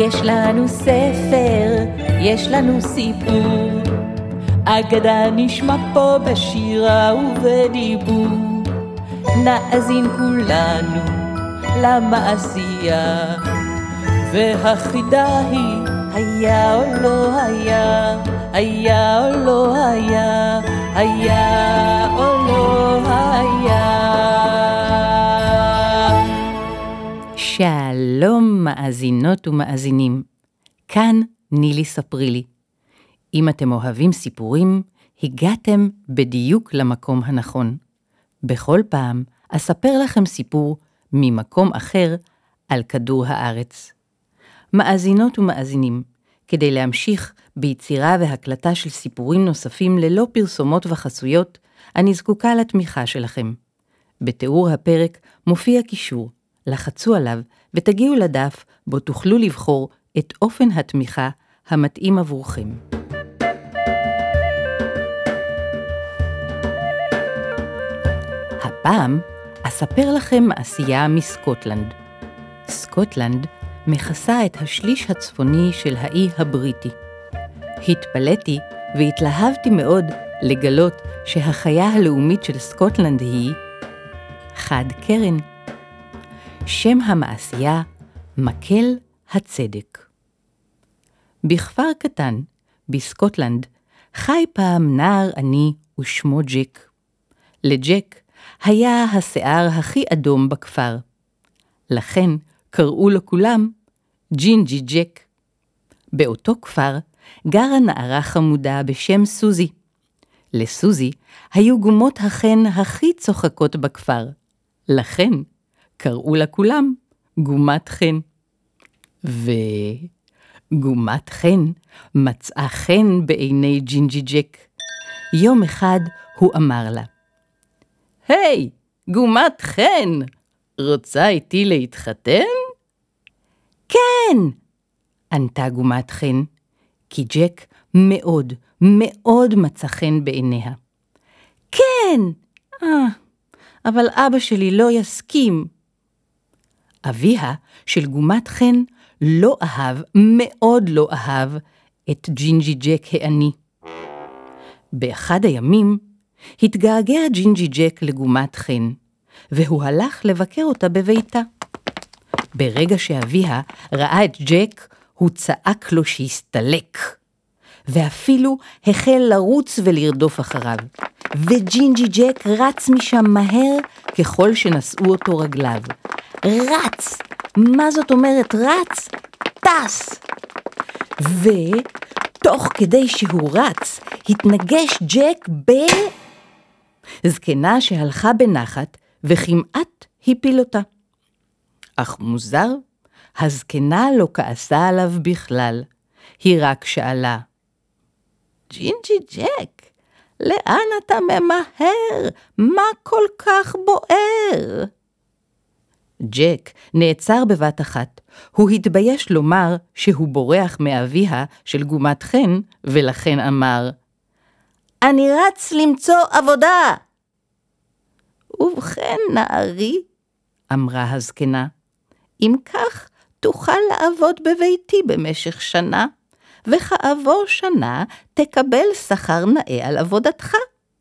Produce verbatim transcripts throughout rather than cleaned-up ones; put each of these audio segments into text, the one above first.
יש לנו ספר, יש לנו סיפור, אגדה נשמע פה בשירה ובדיבור. נאזין כולנו למעשייה, והחידה היא היה או לא היה, היה או לא היה, היה או לא היה. שלום מאזינות ומאזינים, כאן נילי ספרי לי. אם אתם אוהבים סיפורים, הגעתם בדיוק למקום הנכון. בכל פעם אספר לכם סיפור ממקום אחר על כדור הארץ. מאזינות ומאזינים, כדי להמשיך ביצירה והקלטה של סיפורים נוספים ללא פרסומות וחסויות, אני זקוקה לתמיכה שלכם. בתיאור הפרק מופיע קישור, לחצו עליו ותגיעו לדף בו תוכלו לבחור את אופן התמיכה המתאים עבורכם. הפעם אספר לכם מעשייה מסקוטלנד. סקוטלנד מכסה את השליש הצפוני של האי הבריטי. התפלאתי והתלהבתי מאוד לגלות שהחיה הלאומית של סקוטלנד היא חד קרן. שם המעשייה מקל הצדק. בכפר קטן, בסקוטלנד, חי פעם נער עני ושמו ג'ק. לג'ק היה השיער הכי אדום בכפר. לכן קראו לו כולם ג'ינג'י ג'ק. באותו כפר גרה נערה חמודה בשם סוזי. לסוזי היו גומות החן הכי צוחקות בכפר. לכן קראו לה כולם גומת חן. וגומת חן מצאה חן בעיני ג'ינג'י ג'ק. יום אחד הוא אמר לה, היי, גומת חן, רוצה איתי להתחתן? כן, ענתה גומת חן, כי ג'ק מאוד, מאוד מצא חן בעיניה. כן, אה, אבל אבא שלי לא יסכים. אביה של גומת חן לא אהב, מאוד לא אהב, את ג'ינג'י ג'ק העני. באחד הימים התגעגע ג'ינג'י ג'ק לגומת חן, והוא הלך לבקר אותה בביתה. ברגע שאביה ראה את ג'ק, הוא צעק לו שיסתלק, ואפילו החל לרוץ ולרדוף אחריו. וג'ינג'י ג'ק רץ משם מהר ככל שנשאו אותו רגליו. רץ! מה זאת אומרת רץ? טס! ותוך כדי שהוא רץ, התנגש ג'ק ב... זקנה שהלכה בנחת וכמעט הפיל אותה. אך מוזר, הזקנה לא כעסה עליו בכלל. היא רק שאלה, ג'ינג'י ג'ק, לאן אתה ממהר? מה כל כך בוער? ג'ק נעצר בבת אחת. הוא התבייש לומר שהוא בורח מאביה של גומת חן, ולכן אמר, אני רץ למצוא עבודה. ובכן נערי, אמרה הזקנה, אם כך תוכל לעבוד בביתי במשך שנה, וכעבור שנה תקבל שכר נאה על עבודתך.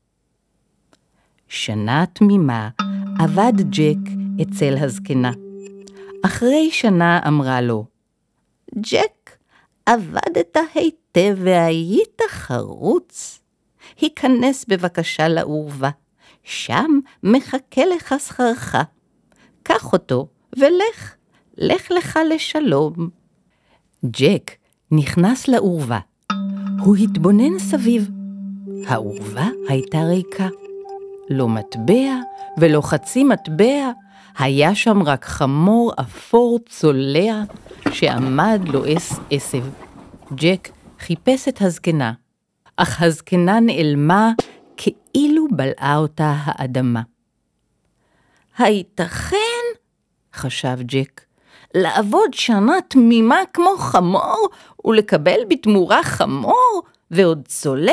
שנה תמימה עבד ג'ק אצל הזקנה. אחרי שנה אמרה לו, ג'ק, עבדת היטב והיית חרוץ. היכנס בבקשה לעורבה, שם מחכה לך שכרך. קח אותו ולך, לך לך לשלום. ג'ק נכנס לעורבה. הוא התבונן סביב. העורבה הייתה ריקה. לא מטבע ולא חצי מטבע, היה שם רק חמור אפור צולע שעמד לועס עשב. ג'ק חיפש את הזקנה, אך הזקנה נעלמה כאילו בלעה אותה האדמה. הייתכן, חשב ג'ק, לעבוד שנה תמימה כמו חמור ולקבל בתמורה חמור ועוד צולע?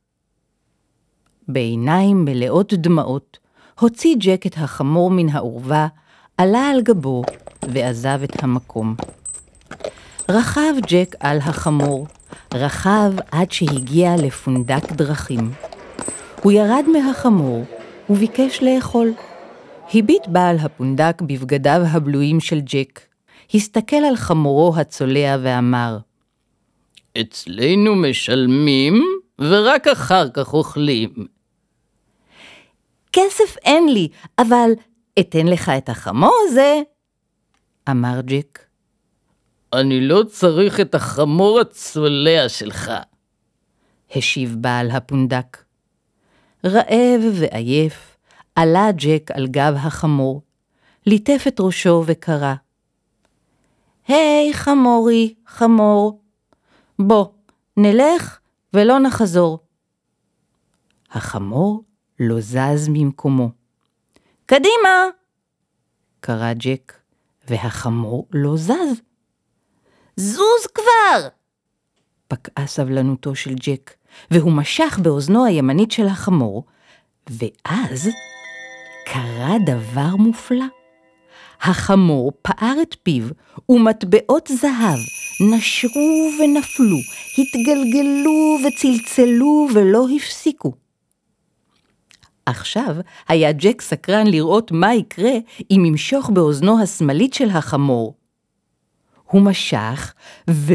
בעיניים מלאות דמעות הוציא ג'ק את החמור מן העורבה, עלה על גבו ועזב את המקום. רכב ג'ק על החמור, רכב עד שהגיע לפונדק דרכים. הוא ירד מהחמור וביקש לאכול. הביט בעל הפונדק בבגדיו הבלויים של ג'ק, הסתכל על חמורו הצולע ואמר, אצלנו משלמים ורק אחר כך אוכלים. כסף אין לי, אבל אתן לך את החמור הזה, אמר ג'ק. אני לא צריך את החמור הצולע שלך, השיב בעל הפונדק. רעב ועייף, עלה ג'ק על גב החמור, ליטף את ראשו וקרא, היי חמורי, חמור, בוא, נלך ולא נחזור. החמור לא זז ממקומו. קדימה! קרא ג'ק, והחמור לא זז. זוז כבר! פקעה סבלנותו של ג'ק, והוא משך באוזנו הימנית של החמור, ואז קרה דבר מופלא. החמור פער את פיו, ומטבעות זהב נשרו ונפלו, התגלגלו וצלצלו ולא הפסיקו. עכשיו היה ג'ק סקרן לראות מה יקרה אם ימשוך באוזנו השמאלית של החמור. הוא משך ו...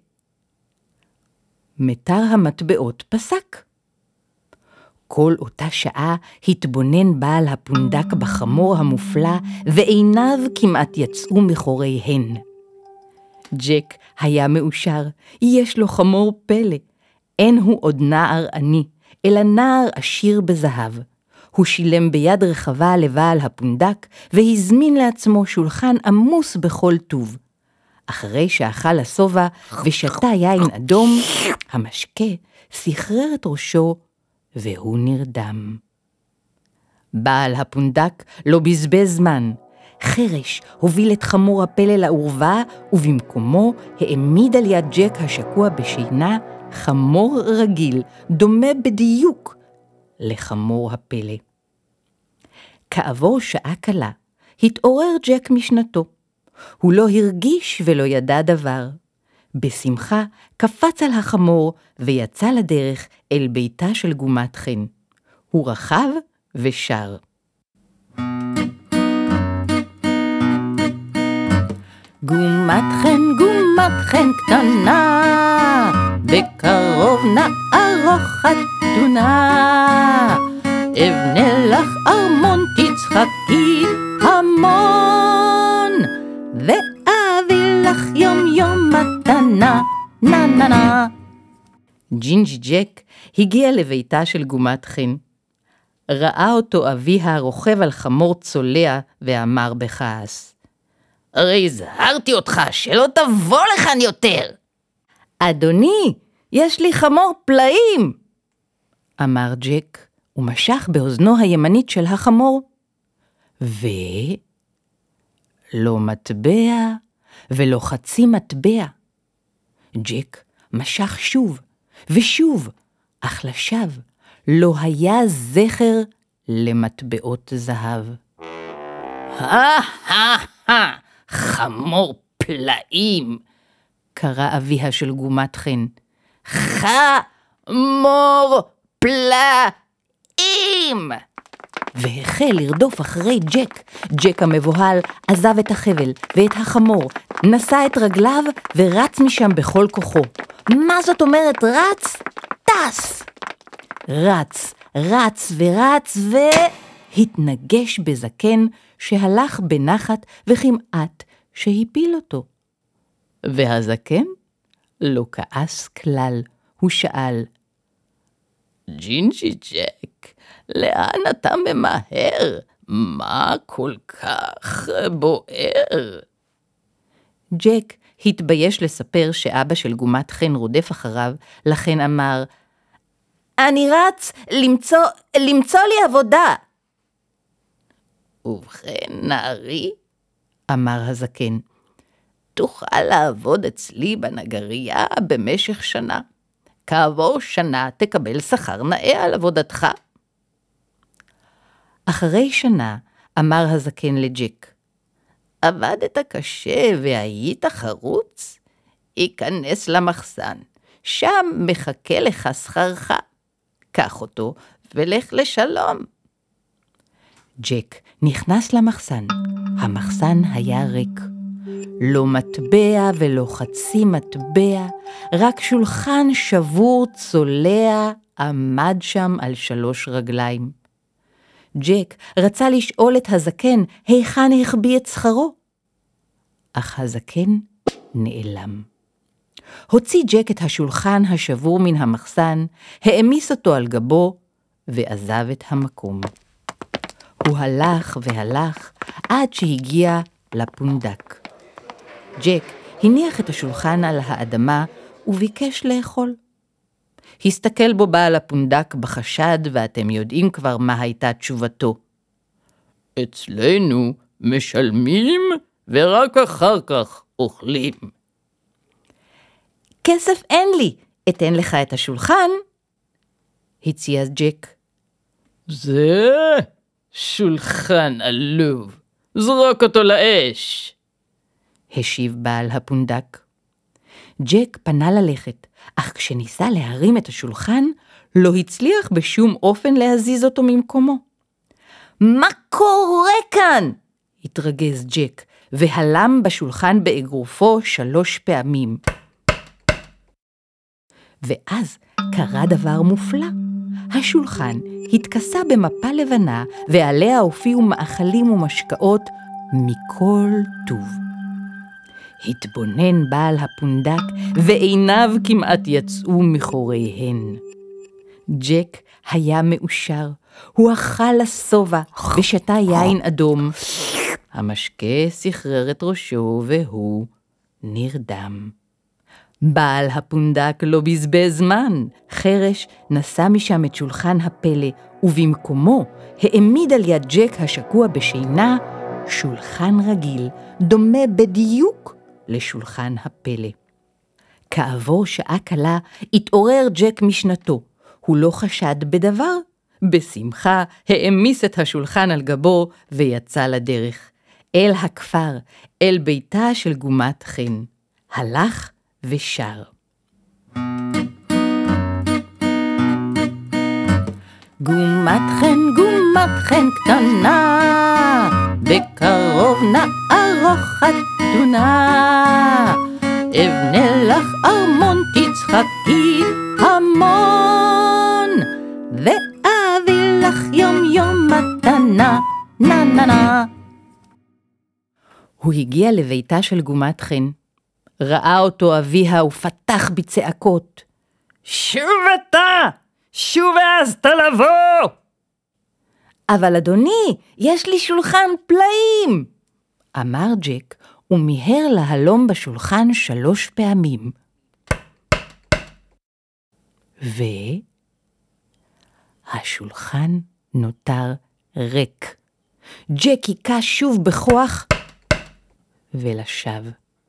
מטר המטבעות פסק. כל אותה שעה התבונן בעל הפונדק בחמור המופלא, ועיניו כמעט יצאו מחוריהן. ג'ק היה מאושר, יש לו חמור פלא. אין הוא עוד נער עני, אלא נער עשיר בזהב. הוא שילם ביד רחבה לבעל הפונדק, והזמין לעצמו שולחן עמוס בכל טוב. אחרי שאכל הסובה ושתה יין אדום, המשקה סחרר את ראשו, והוא נרדם. בעל הפונדק לא בזבז זמן. חרש הוביל את חמור הפלא לעורבה, ובמקומו העמיד על יד ג'ק השקוע בשינה חמור רגיל, דומה בדיוק לחמור הפלא. כעבור שעה קלה, התעורר ג'ק משנתו. הוא לא הרגיש ולא ידע דבר. בשמחה קפץ על החמור ויצא לדרך אל ביתה של גומת חן. הוא רכב ושר. גומת חן, גומת חן קטנה, בקרוב נערוך חתונה. אבנה לך ארמון, תצחקי המון, ואביא לך יום יום מתנה, נה נה נה. ג'ינג'י ג'ק הגיע לביתה של גומת חן. ראה אותו אביה רוכב על חמור צולע ואמר בכעס, הרי הזהרתי אותך שלא תבוא לכאן יותר. אדוני, יש לי חמור פלאים, אמר ג'ק ומשך באוזנו הימנית של החמור. ו... לא מטבע ולא חצי מטבע. ג'ק משך שוב ושוב, אך לשווא לא היה זכר למטבעות זהב. הא-הא-הא, חמור פלאים, קרא אביה של גומת חן. חמור פלאים! והחל לרדוף אחרי ג'ק. ג'ק המבוהל עזב את החבל ואת החמור, נשא את רגליו ורץ משם בכל כוחו. מה זאת אומרת רץ? טס! רץ, רץ ורץ והתנגש בזקן שהלך בנחת וכמעט שהפיל אותו. והזקן לא כעס כלל, הוא שאל, ג'ינג'י ג'ק, לאן אתה ממהר? מה כל כך בוער? ג'ק התבייש לספר שאבא של גומת חן רודף אחריו, לכן אמר, אני רץ למצוא, למצוא לי עבודה. ובכן נערי, אמר הזקן, תוכל לעבוד אצלי בנגרייה במשך שנה. כעבור שנה תקבל שכר נאה על עבודתך. אחרי שנה אמר הזקן לג'ק, עבדת קשה והיית חרוץ, היכנס למחסן, שם מחכה לך שכרך. קח אותו ולך לשלום. ג'ק נכנס למחסן. המחסן היה ריק. לא מטבע ולא חצי מטבע, רק שולחן שבור צולע עמד שם על שלוש רגליים. ג'ק רצה לשאול את הזקן היכן החביא את שכרו, אך הזקן נעלם. הוציא ג'ק את השולחן השבור מן המחסן, העמיס אותו על גבו ועזב את המקום. הוא הלך והלך עד שהגיע לפונדק. ג'ק הניח את השולחן על האדמה וביקש לאכול. הסתכל בו בעל הפונדק בחשד, ואתם יודעים כבר מה הייתה תשובתו. אצלנו משלמים ורק אחר כך אוכלים. כסף אין לי, אתן לך את השולחן? הציע ג'ק. זה שולחן עלוב, זרוק אותו לאש, השיב בעל הפונדק. ג'ק פנה ללכת, אך כשניסה להרים את השולחן, לא הצליח בשום אופן להזיז אותו ממקומו. מה קורה כאן? התרגז ג'ק, והלם בשולחן באגרופו שלוש פעמים. ואז קרה דבר מופלא. השולחן התכסה במפה לבנה, ועליה הופיעו מאכלים ומשקאות מכל טוב. התבונן בעל הפונדק, ועיניו כמעט יצאו מחוריהן. ג'ק היה מאושר, הוא אכל לסובה ושתה יין אדום. המשקה סחרר את ראשו והוא נרדם. בעל הפונדק לא בזבז זמן. חרש נשא משם את שולחן הפלא, ובמקומו העמיד על יד ג'ק השקוע בשינה שולחן רגיל, דומה בדיוק לשולחן הפלא. כעבור שעה קלה התעורר ג'ק משנתו. הוא לא חשד בדבר. בשמחה העמיס את השולחן על גבו ויצא לדרך. אל הכפר, אל ביתה של גומת חן. הלך ושר. גומת חן, גומת חן קטנה, בקרוב נערוך חתונה. אבנה לך ארמון, תצחקי המון, ואביא לך יום יום מתנה, נה נה נה. הוא הגיע לביתה של גומת חן. ראה אותו אביה ופתח בצעקות. שוב אתה! שוב העזת לבוא! אבל אדוני, יש לי שולחן פלאים! אמר ג'ק, ומיהר להלום בשולחן שלוש פעמים. והשולחן נותר ריק. ג'ק היכה שוב בכוח ולשב.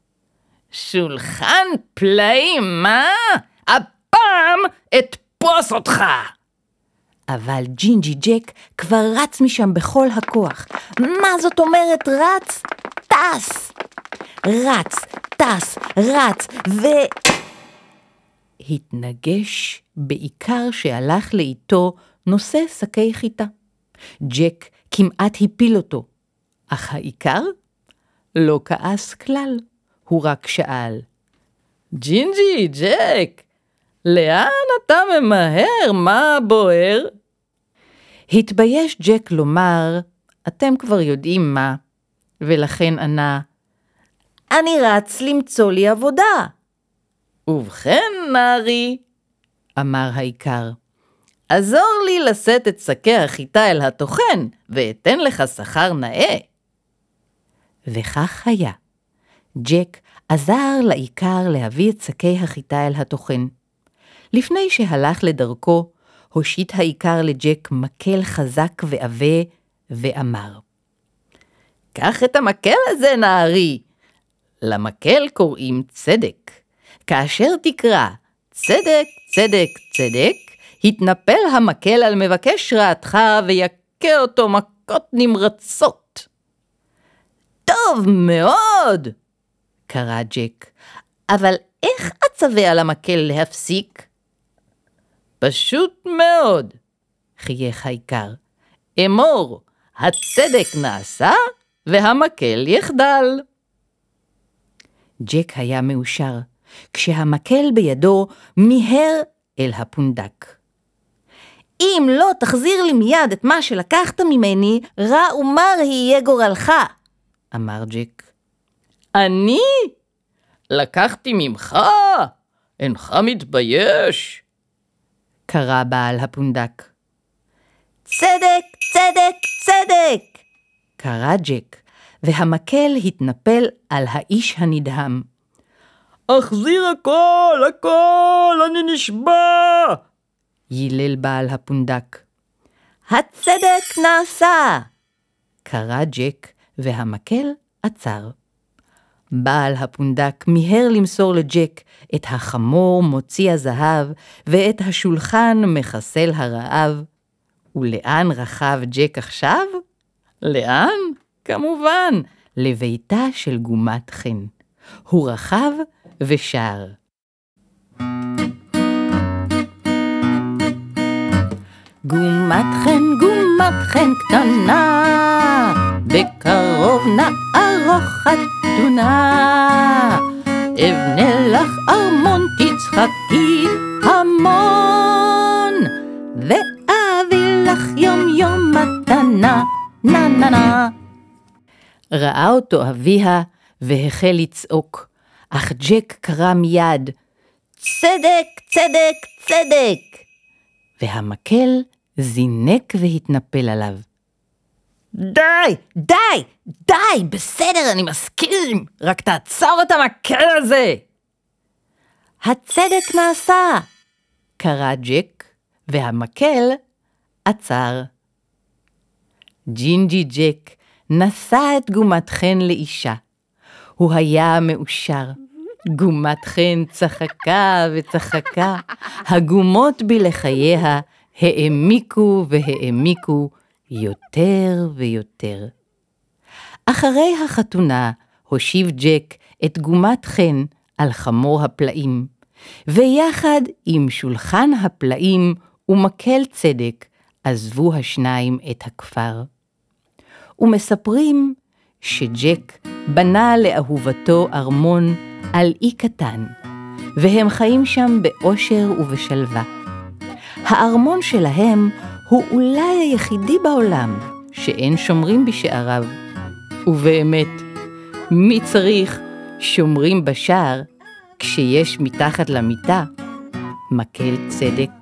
שולחן פלאים, מה? הפעם אתפוס אותך! אבל ג'ינג'י ג'ק כבר רץ משם בכל הכוח. מה זאת אומרת רץ? טס! רץ, טס, רץ, ו... התנגש בעיקר שהלך לאיתו נושא שקי חיטה. ג'ק כמעט הפיל אותו, אך העיקר לא כעס כלל. הוא רק שאל, ג'ינג'י ג'ק, לאן אתה ממהר? מה בוער? התבייש ג'ק לומר, אתם כבר יודעים מה, ולכן ענה, אני רץ למצוא לי עבודה. ובכן נערי, אמר העיקר, עזור לי לשאת את שקי החיטה אל הטוחן, ואתן לך שכר נאה. וכך היה. ג'ק עזר לעיקר להביא את שקי החיטה אל הטוחן. לפני שהלך לדרכו, הושיט העיקר לג'ק מקל חזק ועבה, ואמר, קח את המקל הזה נערי. למקל קוראים צדק. כאשר תקרא צדק, צדק, צדק, התנפל המקל על מבקש רעתך ויקה אותו מכות נמרצות. טוב מאוד, קרא ג'ק, אבל איך אצווה על המקל להפסיק? פשוט מאוד, חייך האיכר. אמור, הצדק נעשה והמקל יחדל. ג'ק היה מאושר, כשהמקל בידו מיהר אל הפונדק. אם לא תחזיר לי מיד את מה שלקחת ממני, רע ומר יהיה גורלך, אמר ג'ק. אני? לקחתי ממך? אינך מתבייש? קרא בעל הפונדק. צדק, צדק, צדק! קרא ג'ק, והמקל התנפל על האיש הנדהם. אחזיר הכל, הכל, אני נשבע! יילל בעל הפונדק. הצדק נעשה! קרא ג'ק, והמקל עצר. בעל הפונדק מיהר למסור לג'ק את החמור מוציא הזהב ואת השולחן מחסל הרעב. ולאן רכב ג'ק עכשיו? לאן? כמובן, לביתה של גומת חן. הוא רכב ושר. גומת חן, גומת חן קטנה, בקרוב נערוך חתונה. אבנה לך ארמון, תצחקי המון, ואביא לך יום יום מתנה, נה נה נה. ראה אותו אביה והחל לצעוק, אך ג'ק קרא מיד, צדק, צדק, צדק! והמקל זינק והתנפל עליו. די, די, די, בסדר, אני מסכים, רק תעצור את המקל הזה. הצדק נעשה, קרא ג'ק, והמקל עצר. ג'ינג'י ג'ק נשא את גומת חן לאישה. הוא היה מאושר. גומת חן צחקה וצחקה. הגומות בלחייה העמיקו והעמיקו יותר ויותר. אחרי החתונה הושיב ג'ק את גומת חן על חמור הפלאים, ויחד עם שולחן הפלאים ומקל צדק עזבו השניים את הכפר. ומספרים שג'ק בנה לאהובתו ארמון על אי קטן, והם חיים שם באושר ובשלווה. הארמון שלהם הוא אולי היחידי בעולם שאין שומרים בשעריו. ובאמת, מי צריך שומרים בשער כשיש מתחת למיטה מקל צדק?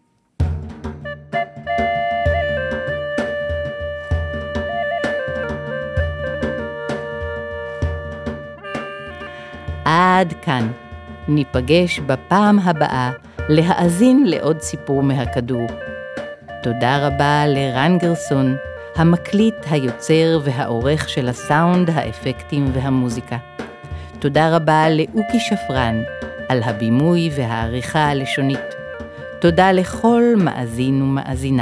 עד כאן. ניפגש בפעם הבאה להאזין לעוד סיפור מהכדור. תודה רבה לרן גרסון, המקליט, היוצר והעורך של הסאונד, האפקטים והמוזיקה. תודה רבה לאוקי שפרן על הבימוי והעריכה הלשונית. תודה לכל מאזין ומאזינה.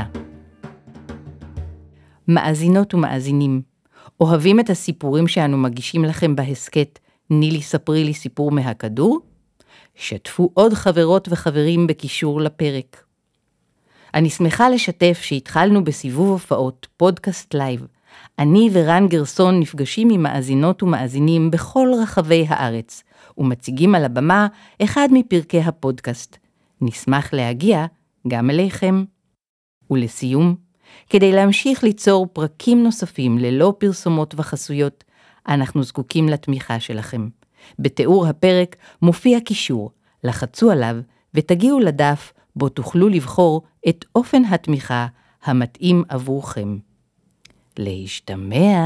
מאזינות ומאזינים, אוהבים את הסיפורים שאנו מגישים לכם בהסקט נילי ספרי לי סיפור מהכדור? שתפו עוד חברות וחברים בקישור לפרק. אני שמחה לשתף שהתחלנו בסיבוב הופעות פודקאסט לייב. אני ורן גרסון נפגשים עם מאזינות ומאזינים בכל רחבי הארץ, ומציגים על הבמה אחד מפרקי הפודקאסט. נשמח להגיע גם אליכם. ולסיום, כדי להמשיך ליצור פרקים נוספים ללא פרסומות וחסויות, אנחנו זקוקים לתמיכה שלכם. בתיאור הפרק מופיע קישור, לחצו עליו ותגיעו לדף בו תוכלו לבחור את אופן התמיכה המתאים עבורכם. להשתמע.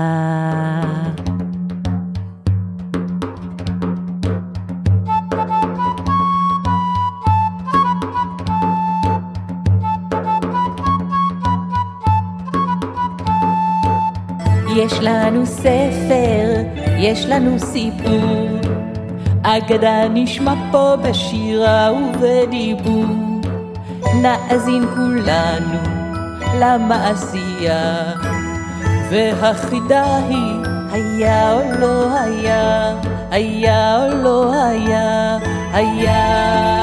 יש לנו ספר, יש לנו סיפור, אגדה נשמע פה בשירה ובדיבור. נאזין כולנו למעשייה, והחידה היא היה או לא היה, היה או לא היה, היה